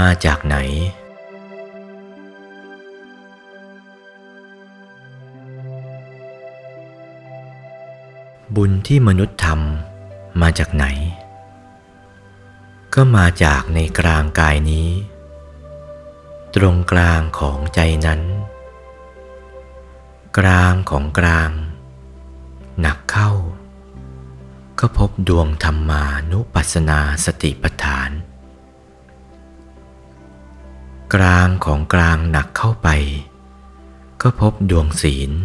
มาจากไหนบุญที่มนุษย์ทำมาจากไหนก็มาจากในกลางกายนี้ตรงกลางของใจนั้นกลางของกลางหนักเข้าก็พบดวงธรรมานุปัสสนาสติปัฏฐานกลางของกลางหนักเข้าไปก็พบดวงศีล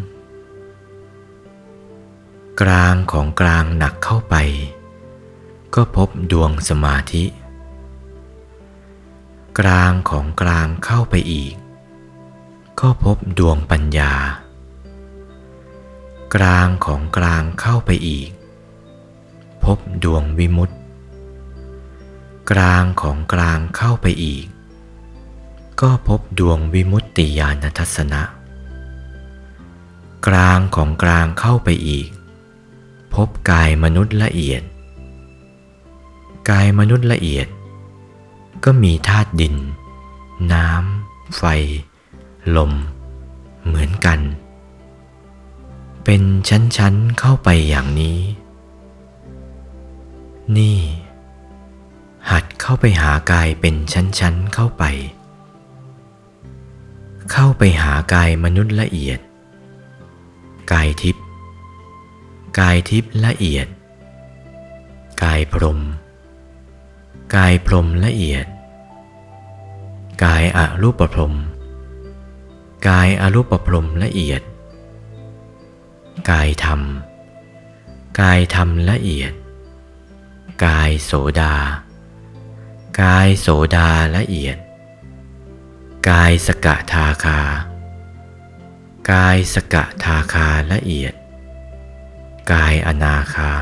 กลางของกลางหนักเข้าไปก็พบดวงสมาธิกลางของกลางเข้าไปอีกก็พบดวงปัญญากลางของกลางเข้าไปอีกพบดวงวิมุตติกลางของกลางเข้าไปอีกก็พบดวงวิมุตติญาณทัศนะกลางของกลางเข้าไปอีกพบกายมนุษย์ละเอียดกายมนุษย์ละเอียดก็มีธาตุดินน้ำไฟลมเหมือนกันเป็นชั้นๆเข้าไปอย่างนี้นี่หัดเข้าไปหากายเป็นชั้นๆเข้าไปหากายมนุษย์ละเอียดกายทิพย์ละเอียดกายพรหมละเอียดกายอรูปพรหมละเอียดกายธรรมละเอียดกายโสดาละเอียดกายสกทาคาละเอียดกายอนาคา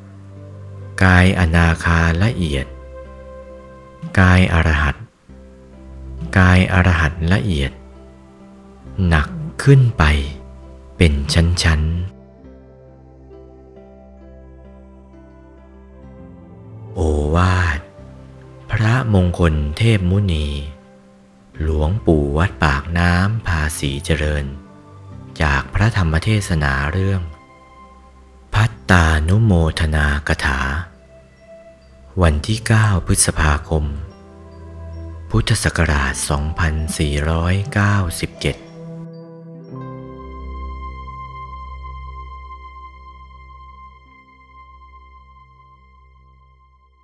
ละเอียดกายอรหัตละเอียดหนักขึ้นไปเป็นชั้นๆโอวาทพระมงคลเทพมุนีหลวงปู่วัดปากน้ำภาษีเจริญจากพระธรรมเทศนาเรื่องพัตตานุโมทนากถาวันที่ 9 พฤษภาคม พุทธศักราช 2497